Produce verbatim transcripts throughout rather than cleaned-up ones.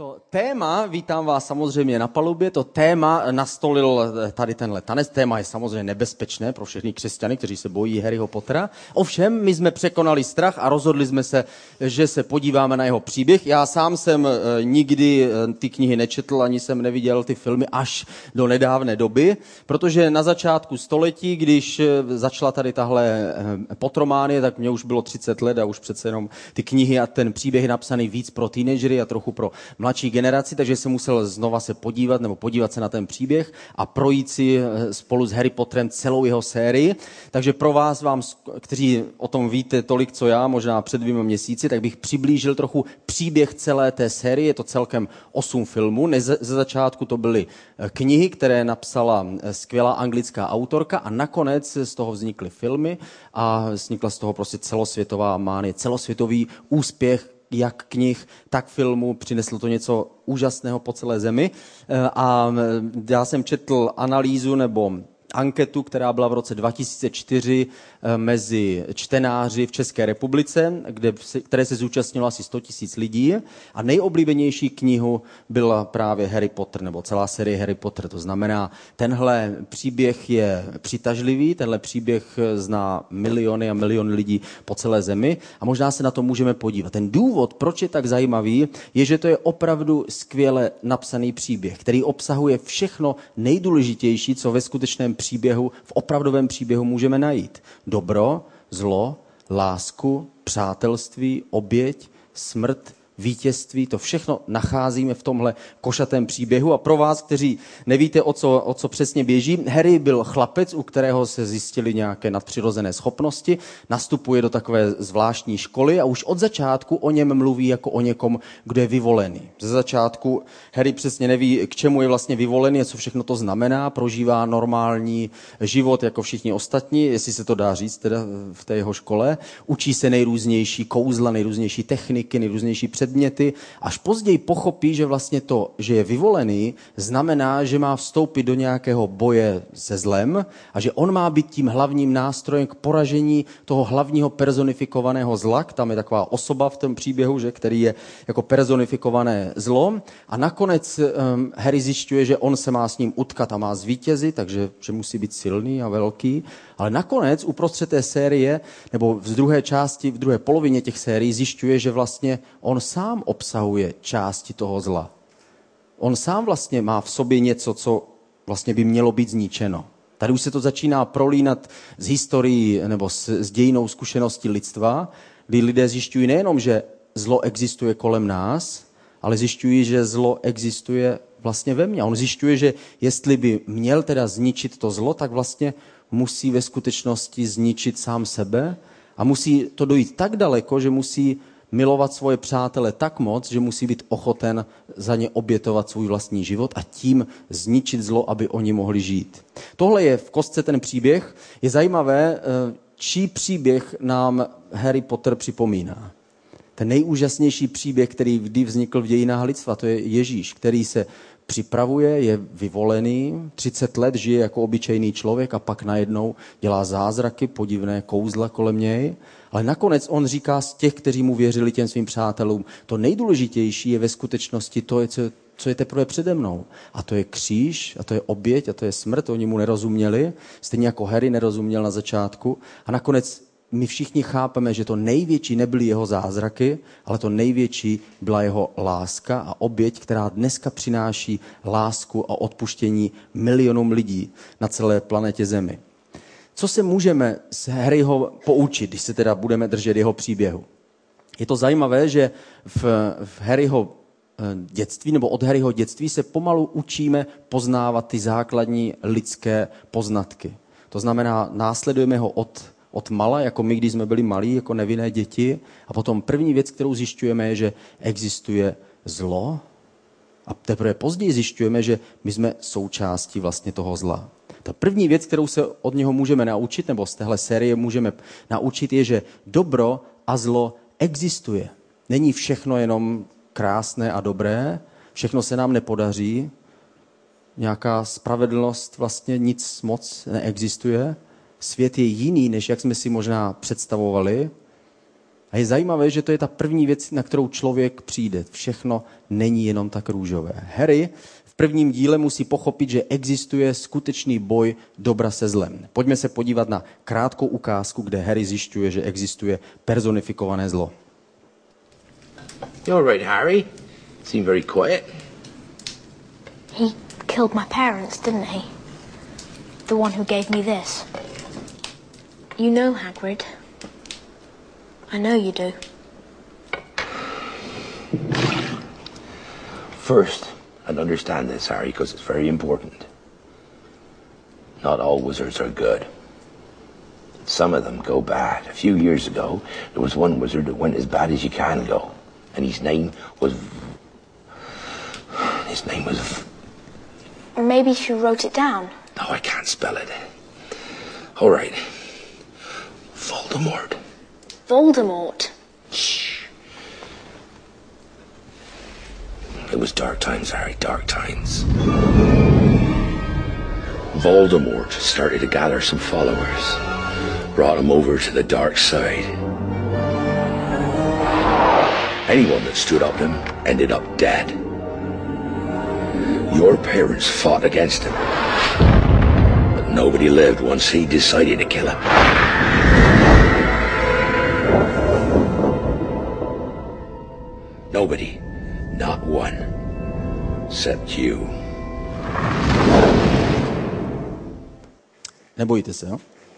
To téma, vítám vás samozřejmě na palubě, to téma nastolil tady tenhle tanec. Téma je samozřejmě nebezpečné pro všechny křesťany, kteří se bojí Harryho Pottera. Ovšem, my jsme překonali strach a rozhodli jsme se, že se podíváme na jeho příběh. Já sám jsem nikdy ty knihy nečetl, ani jsem neviděl ty filmy až do nedávné doby, protože na začátku století, když začala tady tahle Potterománie, tak mě už bylo třicet let a už přece jenom ty knihy a ten příběh je napsaný víc pro teenagery a trochu pro mladší generaci, takže jsem musel znova se podívat nebo podívat se na ten příběh a projít si spolu s Harry Potterem celou jeho sérii. Takže pro vás, vám, kteří o tom víte tolik, co já, možná před dvěma měsíci, tak bych přiblížil trochu příběh celé té série. Je to celkem osm filmů. Ze začátku to byly knihy, které napsala skvělá anglická autorka a nakonec z toho vznikly filmy a vznikla z toho prostě celosvětová mánie, celosvětový úspěch jak knih, tak filmu, přineslo to něco úžasného po celé zemi. A já jsem četl analýzu nebo anketu, která byla v roce dva tisíce čtyři mezi čtenáři v České republice, kde, které se zúčastnilo asi sto tisíc lidí a nejoblíbenější knihu byla právě Harry Potter, nebo celá série Harry Potter. To znamená, tenhle příběh je přitažlivý, tenhle příběh zná miliony a miliony lidí po celé zemi a možná se na to můžeme podívat. Ten důvod, proč je tak zajímavý, je, že to je opravdu skvěle napsaný příběh, který obsahuje všechno nejdůležitější, co ve skutečném příběhu, v opravdovém příběhu můžeme najít. Dobro, zlo, lásku, přátelství, oběť, smrt, vítězství, to všechno nacházíme v tomhle košatém příběhu. A pro vás, kteří nevíte, o co, o co přesně běží, Harry byl chlapec, u kterého se zjistily nějaké nadpřirozené schopnosti, nastupuje do takové zvláštní školy a už od začátku o něm mluví jako o někom, kdo je vyvolený. Ze začátku Harry přesně neví, k čemu je vlastně vyvolený, co všechno to znamená, prožívá normální život jako všichni ostatní, jestli se to dá říct teda v té jeho škole, učí se nejrůznější kouzla, nejrůznější techniky, nejrůznější předměty, až později pochopí, že vlastně to, že je vyvolený, znamená, že má vstoupit do nějakého boje se zlem a že on má být tím hlavním nástrojem k poražení toho hlavního personifikovaného zla. Tam je taková osoba v tom příběhu, že, který je jako personifikované zlo. A nakonec um, Harry zjišťuje, že on se má s ním utkat a má zvítězit, takže že musí být silný a velký. Ale nakonec uprostřed té série, nebo v druhé části, v druhé polovině těch sérií zjišťuje, že vlastně on sám obsahuje části toho zla. On sám vlastně má v sobě něco, co vlastně by mělo být zničeno. Tady už se to začíná prolínat z historií nebo s, s dějinou zkušeností lidstva, kdy lidé zjišťují nejenom, že zlo existuje kolem nás, ale zjišťují, že zlo existuje vlastně ve mně. On zjišťuje, že jestli by měl teda zničit to zlo, tak vlastně musí ve skutečnosti zničit sám sebe a musí to dojít tak daleko, že musí milovat svoje přátele tak moc, že musí být ochoten za ně obětovat svůj vlastní život a tím zničit zlo, aby oni mohli žít. Tohle je v kostce ten příběh. Je zajímavé, čí příběh nám Harry Potter připomíná. Ten nejúžasnější příběh, který kdy vznikl v dějinách lidstva, to je Ježíš, který se připravuje, je vyvolený, třicet let žije jako obyčejný člověk a pak najednou dělá zázraky, podivné kouzla kolem něj. Ale nakonec on říká z těch, kteří mu věřili, těm svým přátelům, to nejdůležitější je ve skutečnosti to, co, co je teprve přede mnou. A to je kříž, a to je oběť, a to je smrt. Oni mu nerozuměli, stejně jako Harry nerozuměl na začátku. A nakonec my všichni chápeme, že to největší nebyly jeho zázraky, ale to největší byla jeho láska a oběť, která dneska přináší lásku a odpuštění milionům lidí na celé planetě Zemi. Co se můžeme z Harryho poučit, když se teda budeme držet jeho příběhu? Je to zajímavé, že v, v Harryho dětství nebo od Harryho dětství se pomalu učíme poznávat ty základní lidské poznatky. To znamená, následujeme ho od od mala, jako my, když jsme byli malí, jako nevinné děti. A potom první věc, kterou zjišťujeme, je, že existuje zlo. A teprve později zjišťujeme, že my jsme součástí vlastně toho zla. Ta první věc, kterou se od něho můžeme naučit, nebo z téhle série můžeme naučit, je, že dobro a zlo existuje. Není všechno jenom krásné a dobré, všechno se nám nepodaří, nějaká spravedlnost vlastně nic moc neexistuje. Svět je jiný, než jak jsme si možná představovali. A je zajímavé, že to je ta první věc, na kterou člověk přijde. Všechno není jenom tak růžové. Harry v prvním díle musí pochopit, že existuje skutečný boj dobra se zlem. Pojďme se podívat na krátkou ukázku, kde Harry zjišťuje, že existuje personifikované zlo. You all right, Harry? Seem very quiet. He killed my parents, didn't he? The one who gave me this. You know, Hagrid. I know you do. First, and understand this, Harry, because it's very important. Not all wizards are good. Some of them go bad. A few years ago, there was one wizard that went as bad as you can go. And his name was... His name was... Maybe she wrote it down. No, I can't spell it. All right. Voldemort. Voldemort. Shh. It was dark times, Harry, dark times. Voldemort started to gather some followers. Brought them over to the dark side. Anyone that stood up to him ended up dead. Your parents fought against him. But nobody lived once he decided to kill him. Nobody. Not one. Except you. Nebojte se, jo?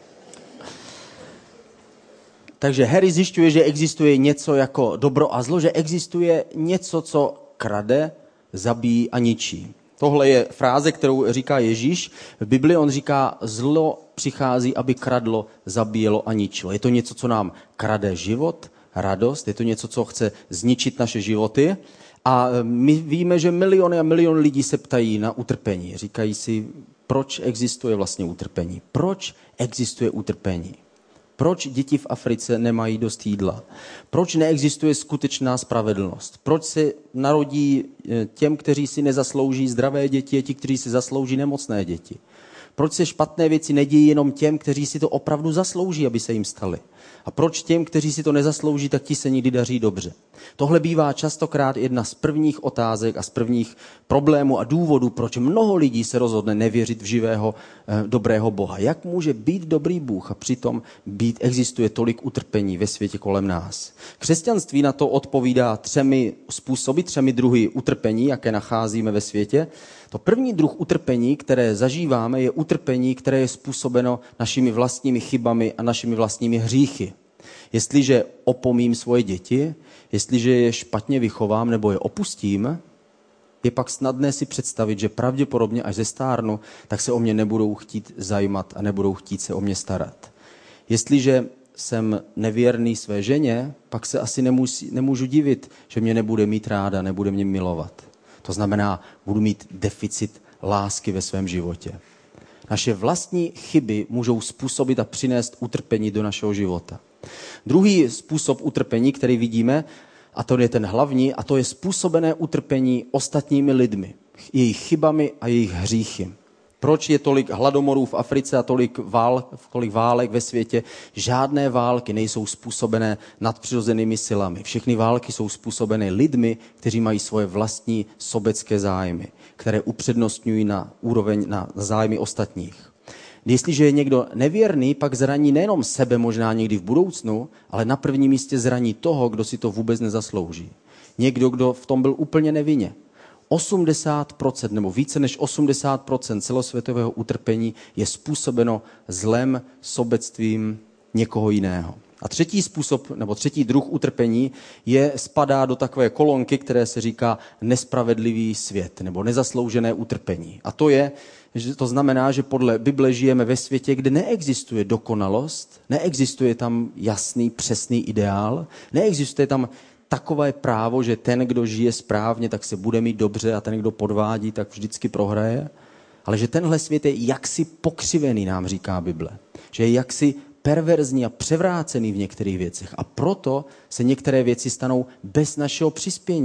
Takže Harry zjišťuje, že existuje něco jako dobro a zlo, že existuje něco, co krade, zabíjí a ničí. Tohle je fráze, kterou říká Ježíš. V Bibli on říká, zlo přichází, aby kradlo, zabíjelo a ničilo. Je to něco, co nám krade život, radost, je to něco, co chce zničit naše životy. A my víme, že miliony a miliony lidí se ptají na utrpení. Říkají si, proč existuje vlastně utrpení? Proč existuje utrpení? Proč děti v Africe nemají dost jídla? Proč neexistuje skutečná spravedlnost? Proč se narodí těm, kteří si nezaslouží zdravé děti, a ti, kteří si zaslouží nemocné děti? Proč se špatné věci nedějí jenom těm, kteří si to opravdu zaslouží, aby se jim staly? A proč těm, kteří si to nezaslouží, tak ti se nikdy daří dobře? Tohle bývá častokrát jedna z prvních otázek a z prvních problémů a důvodů, proč mnoho lidí se rozhodne nevěřit v živého, eh, dobrého Boha. Jak může být dobrý Bůh a přitom být, existuje tolik utrpení ve světě kolem nás? Křesťanství na to odpovídá třemi způsoby, třemi druhy utrpení, jaké nacházíme ve světě. To první druh utrpení, které zažíváme, je utrpení, které je způsobeno našimi vlastními chybami a našimi vlastními hříchy. Jestliže opomím svoje děti, jestliže je špatně vychovám nebo je opustím, je pak snadné si představit, že pravděpodobně až zestárnu, tak se o mě nebudou chtít zajímat a nebudou chtít se o mě starat. Jestliže jsem nevěrný své ženě, pak se asi nemusí, nemůžu divit, že mě nebude mít ráda, nebude mě milovat. To znamená, budu mít deficit lásky ve svém životě. Naše vlastní chyby můžou způsobit a přinést utrpení do našeho života. Druhý způsob utrpení, který vidíme, a to je ten hlavní, a to je způsobené utrpení ostatními lidmi, jejich chybami a jejich hříchy. Proč je tolik hladomorů v Africe a tolik, vál, tolik válek ve světě? Žádné války nejsou způsobené nadpřirozenými silami. Všechny války jsou způsobené lidmi, kteří mají svoje vlastní sobecké zájmy, které upřednostňují na úroveň na zájmy ostatních. Jestliže je někdo nevěrný, pak zraní nejenom sebe možná někdy v budoucnu, ale na prvním místě zraní toho, kdo si to vůbec nezaslouží. Někdo, kdo v tom byl úplně nevinně. osmdesát procent nebo více než osmdesát procent celosvětového utrpení je způsobeno zlem, sobectvím někoho jiného. A třetí způsob, nebo třetí druh utrpení je, spadá do takové kolonky, které se říká nespravedlivý svět, nebo nezasloužené utrpení. A to je, že to znamená, že podle Bible žijeme ve světě, kde neexistuje dokonalost, neexistuje tam jasný, přesný ideál, neexistuje tam takové právo, že ten, kdo žije správně, tak se bude mít dobře a ten, kdo podvádí, tak vždycky prohraje. Ale že tenhle svět je jaksi pokřivený, nám říká Bible. Že je jaksi perverzní a převrácený v některých věcech. A proto se některé věci stanou bez našeho přispění.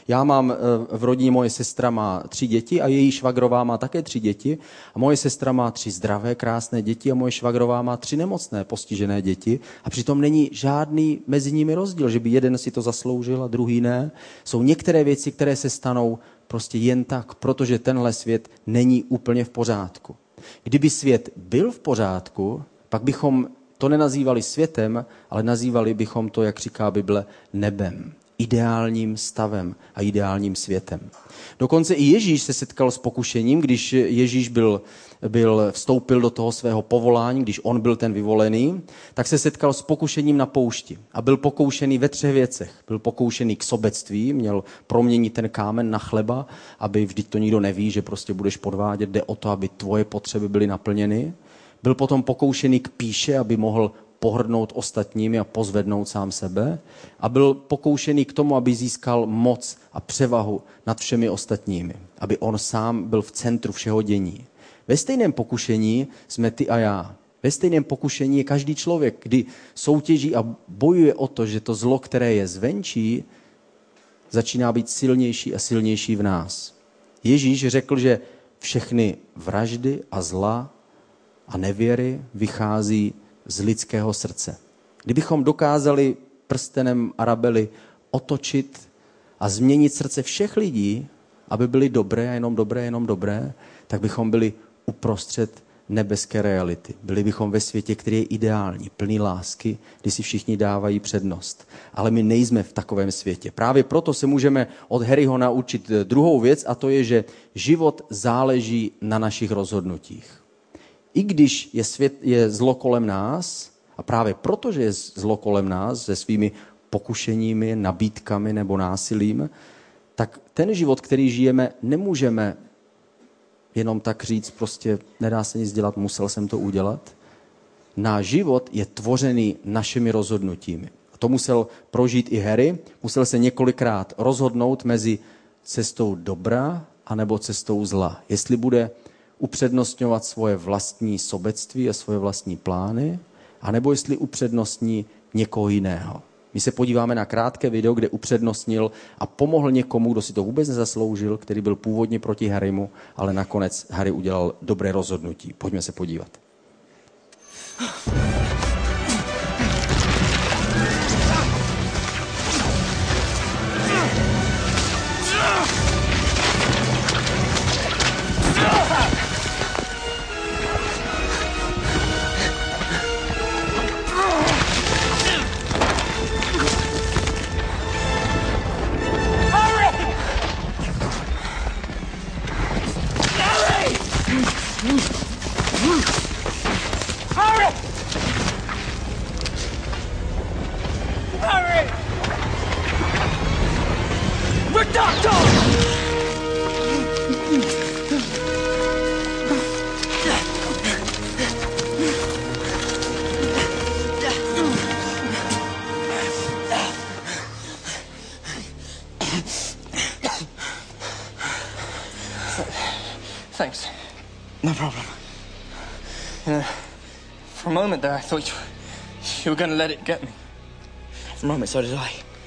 Já mám v rodině, moje sestra má tři děti a její švagrová má také tři děti. A moje sestra má tři zdravé, krásné děti a moje švagrová má tři nemocné, postižené děti. A přitom není žádný mezi nimi rozdíl, že by jeden si to zasloužil a druhý ne. Jsou některé věci, které se stanou prostě jen tak, protože tenhle svět není úplně v pořádku. Kdyby svět byl v pořádku, pak bychom to nenazývali světem, ale nazývali bychom to, jak říká Bible, nebem. Ideálním stavem a ideálním světem. Dokonce i Ježíš se setkal s pokušením, když Ježíš byl, byl, vstoupil do toho svého povolání, když on byl ten vyvolený, tak se setkal s pokušením na poušti a byl pokoušený ve třech věcech. Byl pokoušený k sobectví, měl proměnit ten kámen na chleba, aby vždyť to nikdo neví, že prostě budeš podvádět, jde o to, aby tvoje potřeby byly naplněny. Byl potom pokoušený k pýše, aby mohl pohrdnout ostatními a pozvednout sám sebe. A byl pokoušený k tomu, aby získal moc a převahu nad všemi ostatními. Aby on sám byl v centru všeho dění. Ve stejném pokušení jsme ty a já. Ve stejném pokušení je každý člověk, kdy soutěží a bojuje o to, že to zlo, které je zvenčí, začíná být silnější a silnější v nás. Ježíš řekl, že všechny vraždy a zla a nevěry vychází z lidského srdce. Kdybychom dokázali prstenem Arabely otočit a změnit srdce všech lidí, aby byly dobré a jenom dobré, jenom dobré, tak bychom byli uprostřed nebeské reality. Byli bychom ve světě, který je ideální, plný lásky, kdy si všichni dávají přednost. Ale my nejsme v takovém světě. Právě proto se můžeme od Harryho naučit druhou věc, a to je, že život záleží na našich rozhodnutích. I když je, svět, je zlo kolem nás, a právě proto, že je zlo kolem nás se svými pokušeními, nabídkami nebo násilím, tak ten život, který žijeme, nemůžeme jenom tak říct, prostě nedá se nic dělat, musel jsem to udělat. Náš život je tvořený našimi rozhodnutími. A to musel prožít i Harry, musel se několikrát rozhodnout mezi cestou dobra anebo cestou zla. Jestli bude upřednostňovat svoje vlastní sobectví a svoje vlastní plány, anebo jestli upřednostní někoho jiného. My se podíváme na krátké video, kde upřednostnil a pomohl někomu, kdo si to vůbec nezasloužil, který byl původně proti Harrymu, ale nakonec Harry udělal dobré rozhodnutí. Pojďme se podívat. Thanks. No problem. You know, for a moment there, I thought you, you were going to let it get me. For a moment, so did I.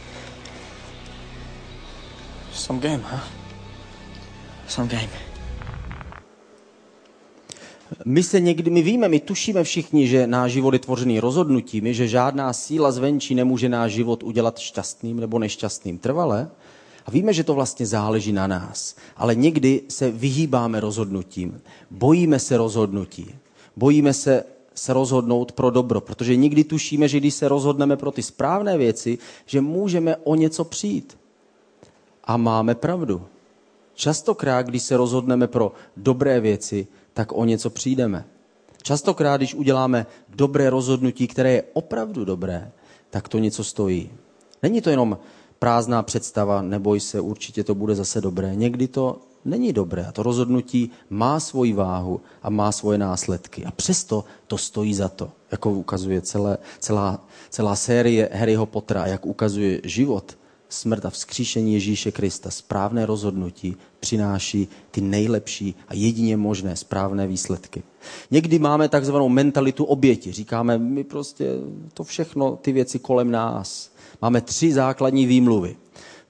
Some game, huh? Some game. My se někdy, my víme, my tušíme všichni, že náš život je tvořený rozhodnutími, že žádná síla zvenčí nemůže náš život udělat šťastným nebo nešťastným trvale. A víme, že to vlastně záleží na nás. Ale někdy se vyhýbáme rozhodnutím. Bojíme se rozhodnutí. Bojíme se se rozhodnout pro dobro, protože nikdy tušíme, že když se rozhodneme pro ty správné věci, že můžeme o něco přijít. A máme pravdu. Častokrát, když se rozhodneme pro dobré věci, tak o něco přijdeme. Častokrát, když uděláme dobré rozhodnutí, které je opravdu dobré, tak to něco stojí. Není to jenom prázdná představa, neboj se, určitě to bude zase dobré. Někdy to není dobré a to rozhodnutí má svoji váhu a má svoje následky. A přesto to stojí za to, jako ukazuje celé, celá, celá série Harryho Pottera a jak ukazuje život, smrt a vzkříšení Ježíše Krista. Správné rozhodnutí přináší ty nejlepší a jedině možné správné výsledky. Někdy máme takzvanou mentalitu oběti. Říkáme, my prostě to všechno, ty věci kolem nás. Máme tři základní výmluvy.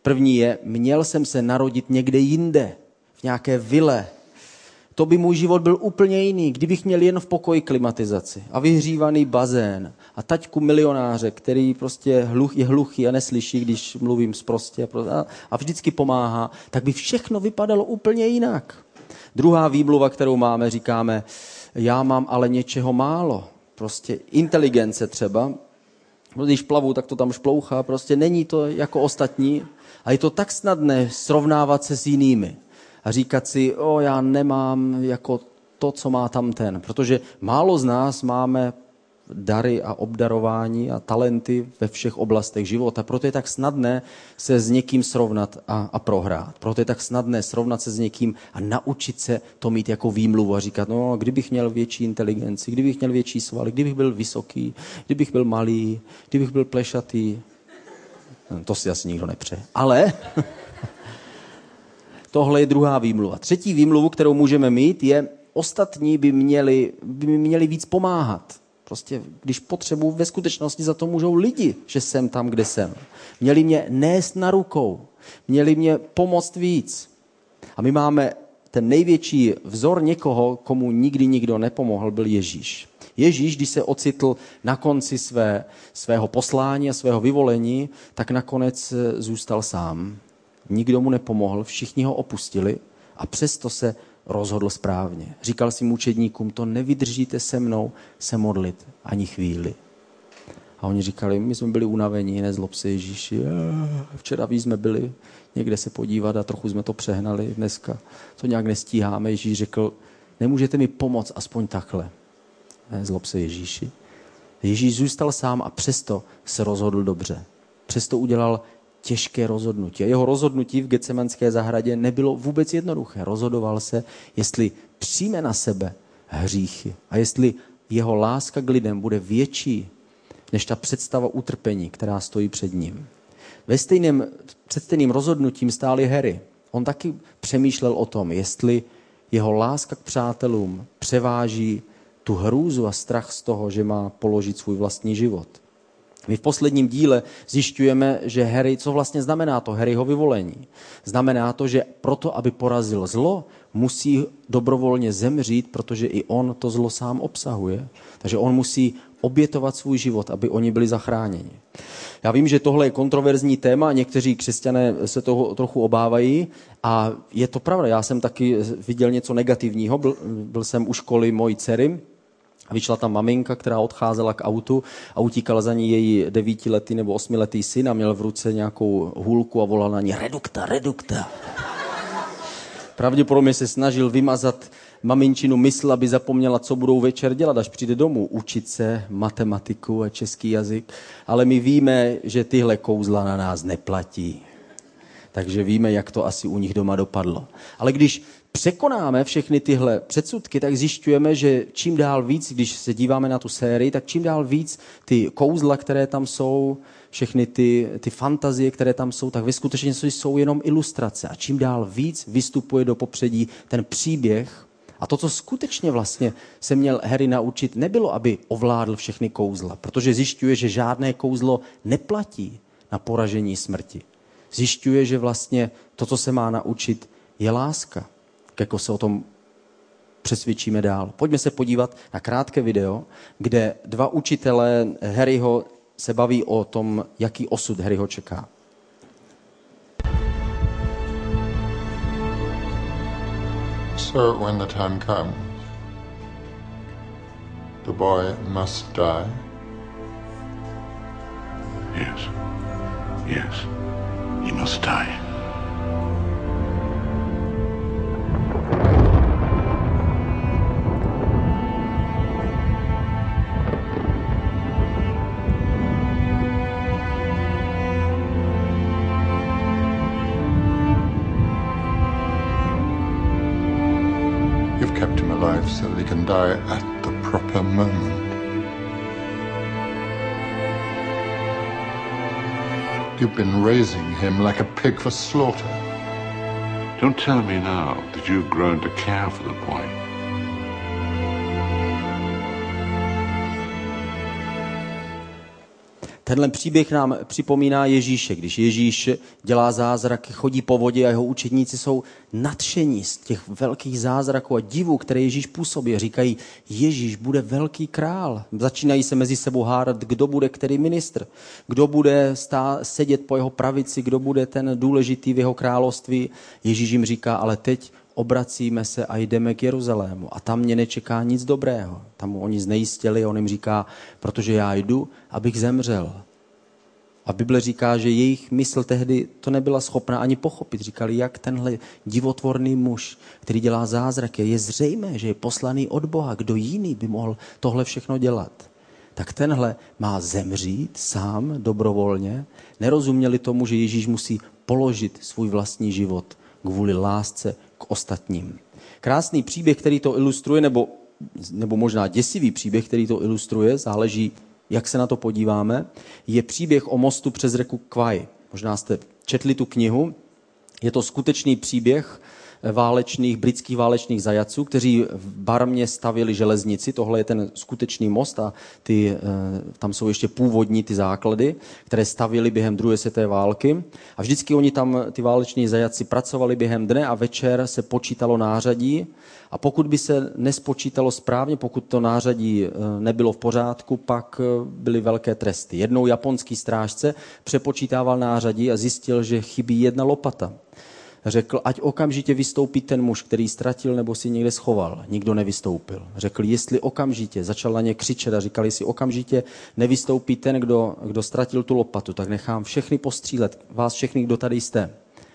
První je, měl jsem se narodit někde jinde, v nějaké vile. To by můj život byl úplně jiný, kdybych měl jen v pokoji klimatizaci a vyhřívaný bazén a taťku milionáře, který prostě hluch, je hluchý a neslyší, když mluvím sprostě a vždycky pomáhá, tak by všechno vypadalo úplně jinak. Druhá výmluva, kterou máme, říkáme, já mám ale něčeho málo. Prostě inteligence třeba, když plavu, tak to tam šplouchá, prostě není to jako ostatní a je to tak snadné srovnávat se s jinými. A říkat si, o, já nemám jako to, co má tam ten. Protože málo z nás máme dary a obdarování a talenty ve všech oblastech života. Proto je tak snadné se s někým srovnat a, a prohrát. Proto je tak snadné srovnat se s někým a naučit se to mít jako výmluvu a říkat, no, kdybych měl větší inteligenci, kdybych měl větší svaly, kdybych byl vysoký, kdybych byl malý, kdybych byl plešatý. To si asi nikdo nepřeje. Ale... Tohle je druhá výmluva. Třetí výmluvu, kterou můžeme mít, je, ostatní by měli, by mi měli víc pomáhat. Prostě, když potřebuji, ve skutečnosti za to můžou lidi, že jsem tam, kde jsem. Měli mě nést na rukou. Měli mě pomoct víc. A my máme ten největší vzor někoho, komu nikdy nikdo nepomohl, byl Ježíš. Ježíš, když se ocitl na konci své, svého poslání a svého vyvolení, tak nakonec zůstal sám. Nikdo mu nepomohl, všichni ho opustili a přesto se rozhodl správně. Říkal svým učedníkům, to nevydržíte se mnou se modlit ani chvíli. A oni říkali, my jsme byli unavení, nezlob se Ježíši. Včera víc jsme byli někde se podívat a trochu jsme to přehnali dneska. To nějak nestíháme. Ježíš řekl, nemůžete mi pomoct aspoň takhle. Nezlob se Ježíši. Ježíš zůstal sám a přesto se rozhodl dobře. Přesto udělal těžké rozhodnutí. A jeho rozhodnutí v Getsemanské zahradě nebylo vůbec jednoduché. Rozhodoval se, jestli přijme na sebe hříchy a jestli jeho láska k lidem bude větší než ta představa utrpení, která stojí před ním. Ve stejném, před stejným rozhodnutím stál i Harry. On taky přemýšlel o tom, jestli jeho láska k přátelům převáží tu hrůzu a strach z toho, že má položit svůj vlastní život. My v posledním díle zjišťujeme, že Harry, co vlastně znamená to Harryho vyvolení? Znamená to, že proto, aby porazil zlo, musí dobrovolně zemřít, protože i on to zlo sám obsahuje. Takže on musí obětovat svůj život, aby oni byli zachráněni. Já vím, že tohle je kontroverzní téma, někteří křesťané se toho trochu obávají a je to pravda, já jsem taky viděl něco negativního, byl, byl jsem u školy mojí dcery, a vyšla tam maminka, která odcházela k autu a utíkal za ní její devítiletý nebo osmiletý syn a měl v ruce nějakou hůlku a volal na ní redukta, redukta. Pravděpodobně se snažil vymazat maminčinu mysl, aby zapomněla, co budou večer dělat, až přijde domů. Učit se matematiku a český jazyk. Ale my víme, že tyhle kouzla na nás neplatí. Takže víme, jak to asi u nich doma dopadlo. Ale když překonáme všechny tyhle předsudky, tak zjišťujeme, že čím dál víc, když se díváme na tu sérii, tak čím dál víc ty kouzla, které tam jsou, všechny ty, ty fantazie, které tam jsou, tak ve skutečnosti jsou jenom ilustrace. A čím dál víc vystupuje do popředí ten příběh. A to, co skutečně vlastně se měl Harry naučit, nebylo, aby ovládl všechny kouzla, protože zjišťuje, že žádné kouzlo neplatí na poražení smrti. Zjišťuje, že vlastně to, co se má naučit, je láska. Jako se o tom přesvědčíme dál. Pojďme se podívat na krátké video, kde dva učitelé Harryho se baví o tom, jaký osud Harryho čeká. So when the time comes, the boy must die? Yes. Yes. He must die. You've kept him alive so that he can die at the proper moment. You've been raising him like a pig for slaughter. Don't tell me now that you've grown to care for the boy. Tenhle příběh nám připomíná Ježíše, když Ježíš dělá zázraky, chodí po vodě a jeho učedníci jsou nadšení z těch velkých zázraků a divů, které Ježíš působí. Říkají, Ježíš bude velký král. Začínají se mezi sebou hádat, kdo bude který ministr, kdo bude stá, sedět po jeho pravici, kdo bude ten důležitý v jeho království. Ježíš jim říká, ale teď obracíme se a jdeme k Jeruzalému a tam mě nečeká nic dobrého. Tam oni znejistěli, on jim říká, protože já jdu, abych zemřel. A Bible říká, že jejich mysl tehdy to nebyla schopná ani pochopit. Říkali, jak tenhle divotvorný muž, který dělá zázraky, je zřejmé, že je poslaný od Boha. Kdo jiný by mohl tohle všechno dělat? Tak tenhle má zemřít sám dobrovolně. Nerozuměli tomu, že Ježíš musí položit svůj vlastní život kvůli lásce k ostatním. Krásný příběh, který to ilustruje, nebo, nebo možná děsivý příběh, který to ilustruje, záleží, jak se na to podíváme, je příběh o mostu přes řeku Kwai. Možná jste četli tu knihu. Je to skutečný příběh válečných, britských válečných zajatců, kteří v Barmě stavěli železnici. Tohle je ten skutečný most a ty, tam jsou ještě původní ty základy, které stavěli během druhé světové války. A vždycky oni tam, ty váleční zajatci, pracovali během dne a večer se počítalo nářadí. A pokud by se nespočítalo správně, pokud to nářadí nebylo v pořádku, pak byly velké tresty. Jednou japonský strážce přepočítával nářadí a zjistil, že chybí jedna lopata. Řekl, ať okamžitě vystoupí ten muž, který ztratil nebo si někde schoval. Nikdo nevystoupil. Řekl, jestli okamžitě, začal na ně křičet a říkal, jestli okamžitě nevystoupí ten, kdo, kdo ztratil tu lopatu, tak nechám všechny postřílet, vás všechny, kdo tady jste.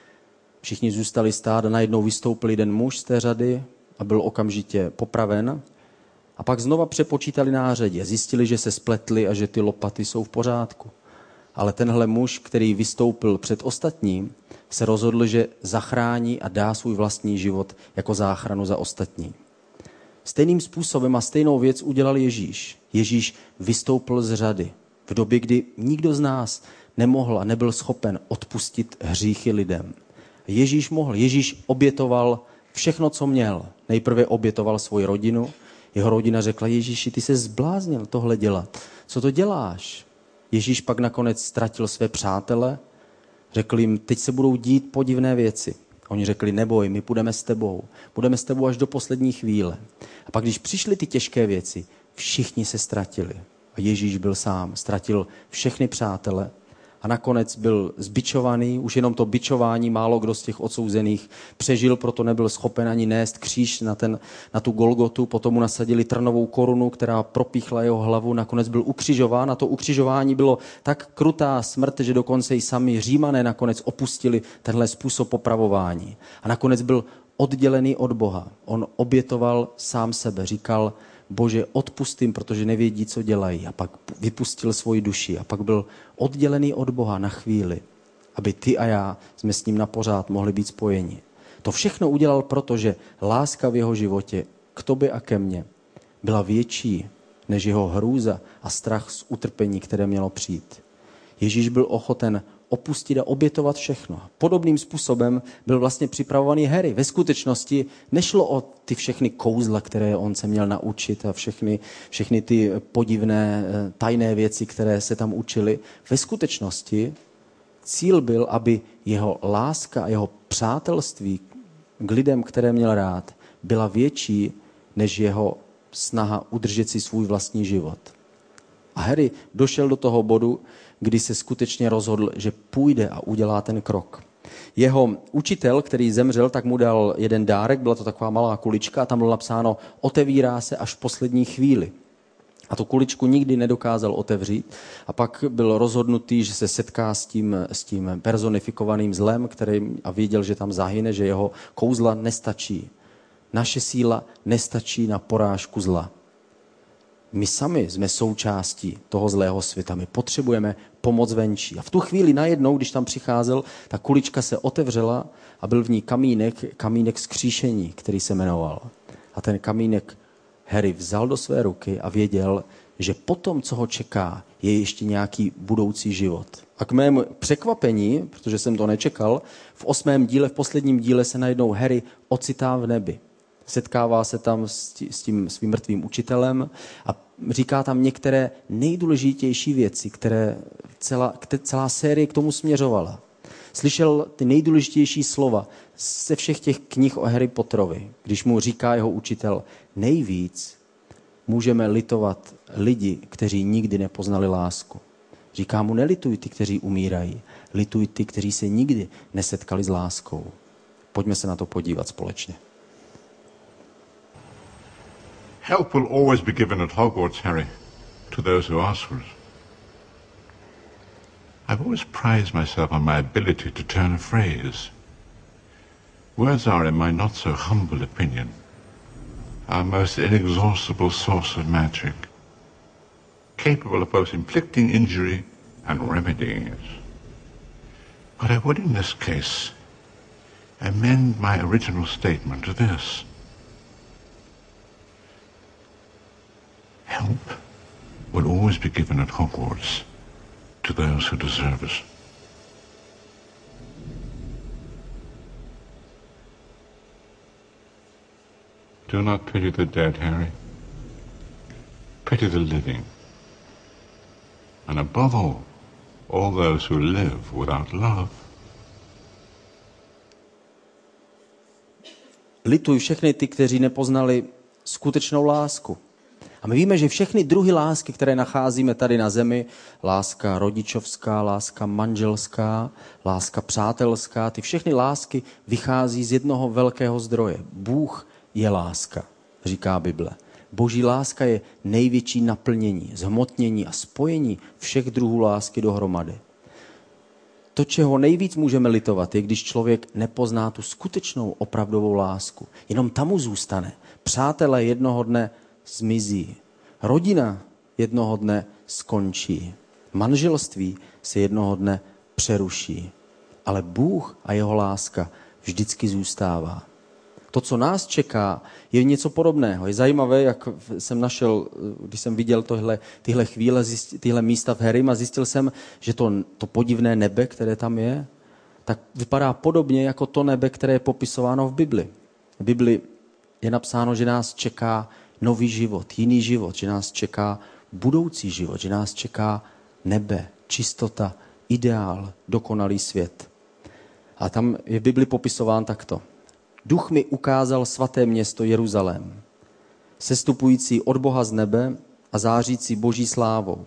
Všichni zůstali stát a najednou vystoupil jeden muž z té řady a byl okamžitě popraven. A pak znova přepočítali nářadí a zjistili, že se spletli a že ty lopaty jsou v pořádku. Ale tenhle muž, který vystoupil před ostatním, se rozhodl, že zachrání a dá svůj vlastní život jako záchranu za ostatní. Stejným způsobem a stejnou věc udělal Ježíš. Ježíš vystoupil z řady v době, kdy nikdo z nás nemohl a nebyl schopen odpustit hříchy lidem. Ježíš mohl. Ježíš obětoval všechno, co měl. Nejprve obětoval svoji rodinu. Jeho rodina řekla, Ježíši, ty se zbláznil tohle dělat. Co to děláš? Ježíš pak nakonec ztratil své přátele. Řekl jim, teď se budou dít podivné věci. Oni řekli, neboj, my půjdeme s tebou. Budeme s tebou až do poslední chvíle. A pak, když přišly ty těžké věci, všichni se ztratili. A Ježíš byl sám, ztratil všechny přátele a nakonec byl zbičovaný. Už jenom to bičování málo kdo z těch odsouzených přežil, proto nebyl schopen ani nést kříž na, ten, na tu Golgotu. Potom mu nasadili trnovou korunu, která propíchla jeho hlavu. Nakonec byl ukřižován a to ukřižování bylo tak krutá smrt, že dokonce i sami Římané nakonec opustili tenhle způsob popravování. A nakonec byl oddělený od Boha. On obětoval sám sebe, říkal, Bože, odpust jim, protože nevědí, co dělají. A pak vypustil svoji duši a pak byl oddělený od Boha na chvíli, aby ty a já jsme s ním na pořád mohli být spojeni. To všechno udělal proto, že láska v jeho životě k tobě a ke mně byla větší než jeho hrůza a strach z utrpení, které mělo přijít. Ježíš byl ochoten opustit a obětovat všechno. Podobným způsobem byl vlastně připravovaný Harry. Ve skutečnosti nešlo o ty všechny kouzla, které on se měl naučit a všechny, všechny ty podivné tajné věci, které se tam učili. Ve skutečnosti cíl byl, aby jeho láska a jeho přátelství k lidem, které měl rád, byla větší než jeho snaha udržet si svůj vlastní život. A Harry došel do toho bodu, kdy se skutečně rozhodl, že půjde a udělá ten krok. Jeho učitel, který zemřel, tak mu dal jeden dárek, byla to taková malá kulička a tam bylo napsáno, otevírá se až v poslední chvíli. A tu kuličku nikdy nedokázal otevřít a pak byl rozhodnutý, že se setká s tím, s tím personifikovaným zlem, který, a věděl, že tam zahyne, že jeho kouzla nestačí. Naše síla nestačí na porážku zla. My sami jsme součástí toho zlého světa. My potřebujeme pomoc venčí. A v tu chvíli najednou, když tam přicházel, ta kulička se otevřela a byl v ní kamínek, kamínek vzkříšení, který se jmenoval. A ten kamínek Harry vzal do své ruky a věděl, že potom, co ho čeká, je ještě nějaký budoucí život. A k mému překvapení, protože jsem to nečekal, v osmém díle, v posledním díle se najednou Harry ocitá v nebi. setkává se tam s tím svým mrtvým učitelem a říká tam některé nejdůležitější věci, které celá, celá série k tomu směřovala. Slyšel ty nejdůležitější slova ze všech těch knih o Harry Potterovi, když mu říká jeho učitel, nejvíc můžeme litovat lidi, kteří nikdy nepoznali lásku. Říká mu, nelituj ty, kteří umírají, lituj ty, kteří se nikdy nesetkali s láskou. Pojďme se na to podívat společně. Help will always be given at Hogwarts, Harry, to those who ask for it. I've always prized myself on my ability to turn a phrase. Words are, in my not so humble opinion, our most inexhaustible source of magic, capable of both inflicting injury and remedying it. But I would in this case amend my original statement to this. Help will always be given at Hogwarts to those who deserve it. Do not pity the dead, Harry. Pity the living. And above all, all those who live without love. Lituj všechny ty, kteří nepoznali skutečnou lásku. A my víme, že všechny druhy lásky, které nacházíme tady na zemi, láska rodičovská, láska manželská, láska přátelská, ty všechny lásky vychází z jednoho velkého zdroje. Bůh je láska, říká Bible. Boží láska je největší naplnění, zhmotnění a spojení všech druhů lásky dohromady. To, čeho nejvíc můžeme litovat, je, když člověk nepozná tu skutečnou opravdovou lásku. Jenom tam mu zůstane. Přátelé jednoho dne zmizí. Rodina jednoho dne skončí. Manželství se jednoho dne přeruší. Ale Bůh a jeho láska vždycky zůstává. To, co nás čeká, je něco podobného. Je zajímavé, jak jsem našel, když jsem viděl tohle, tyhle chvíle, tyhle místa v Harrym a zjistil jsem, že to, to podivné nebe, které tam je, tak vypadá podobně jako to nebe, které je popisováno v Bibli. V Bibli je napsáno, že nás čeká nový život, jiný život, že nás čeká budoucí život, že nás čeká nebe, čistota, ideál, dokonalý svět. A tam je v Bibli popisován takto. Duch mi ukázal svaté město Jeruzalém, sestupující od Boha z nebe a zářící boží slávou.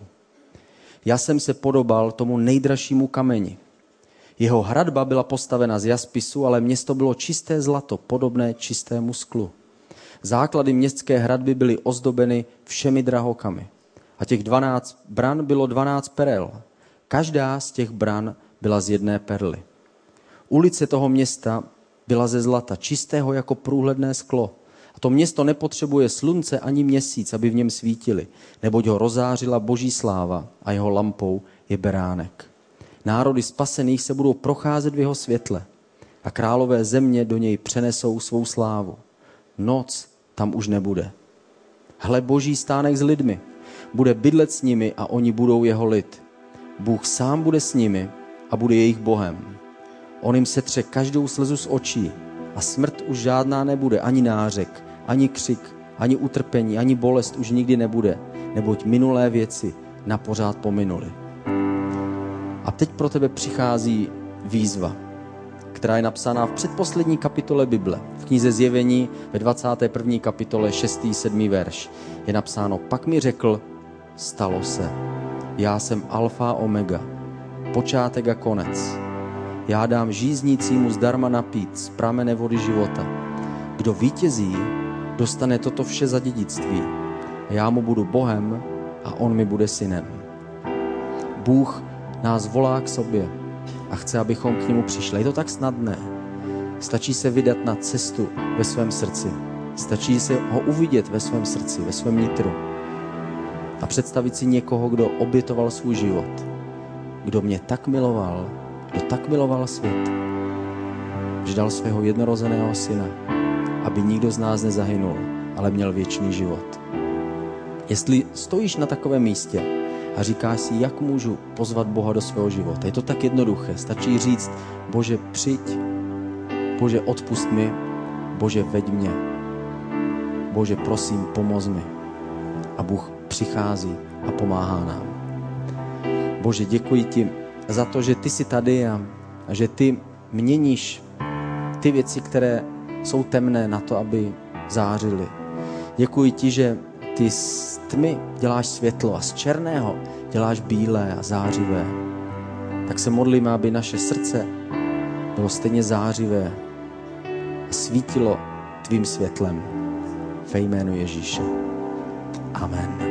Já jsem se podobal tomu nejdražšímu kameni. Jeho hradba byla postavena z jaspisu, ale město bylo čisté zlato, podobné čistému sklu. Základy městské hradby byly ozdobeny všemi drahokamy. A těch dvanáct bran bylo dvanáct perel. Každá z těch bran byla z jedné perly. Ulice toho města byla ze zlata, čistého jako průhledné sklo. A to město nepotřebuje slunce ani měsíc, aby v něm svítili, neboť ho rozářila boží sláva a jeho lampou je beránek. Národy spasených se budou procházet v jeho světle a králové země do něj přenesou svou slávu. Noc tam už nebude. Hle, boží stánek s lidmi. Bude bydlet s nimi a oni budou jeho lid. Bůh sám bude s nimi a bude jejich Bohem. On jim setře každou slzu z očí a smrt už žádná nebude, ani nářek, ani křik, ani utrpení, ani bolest už nikdy nebude, neboť minulé věci napořád pominuly. A teď pro tebe přichází výzva, která je napsána v předposlední kapitole Bible. V knize Zjevení ve dvacáté první kapitole šestý sedmý verš je napsáno: Pak mi řekl, stalo se. Já jsem alfa omega, počátek a konec. Já dám žíznícímu zdarma napít z pramene vody života. Kdo vítězí, dostane toto vše za dědictví. A já mu budu Bohem a on mi bude synem. Bůh nás volá k sobě a chce, abychom k němu přišli. Je to tak snadné. Stačí se vydat na cestu ve svém srdci. Stačí se ho uvidět ve svém srdci, ve svém nitru. A představit si někoho, kdo obětoval svůj život. Kdo mě tak miloval, kdo tak miloval svět, že dal svého jednorozeného syna, aby nikdo z nás nezahynul, ale měl věčný život. Jestli stojíš na takovém místě a říkáš si, jak můžu pozvat Boha do svého života, je to tak jednoduché. Stačí říct, Bože, přijď, Bože, odpusť mi, Bože, veď mě. Bože, prosím, pomoz mi. A Bůh přichází a pomáhá nám. Bože, děkuji ti za to, že ty jsi tady a, a že ty měníš ty věci, které jsou temné na to, aby zářily. Děkuji ti, že ty z tmy děláš světlo a z černého děláš bílé a zářivé. Tak se modlíme, aby naše srdce bylo stejně zářivé a svítilo tvým světlem ve jménu Ježíše. Amen.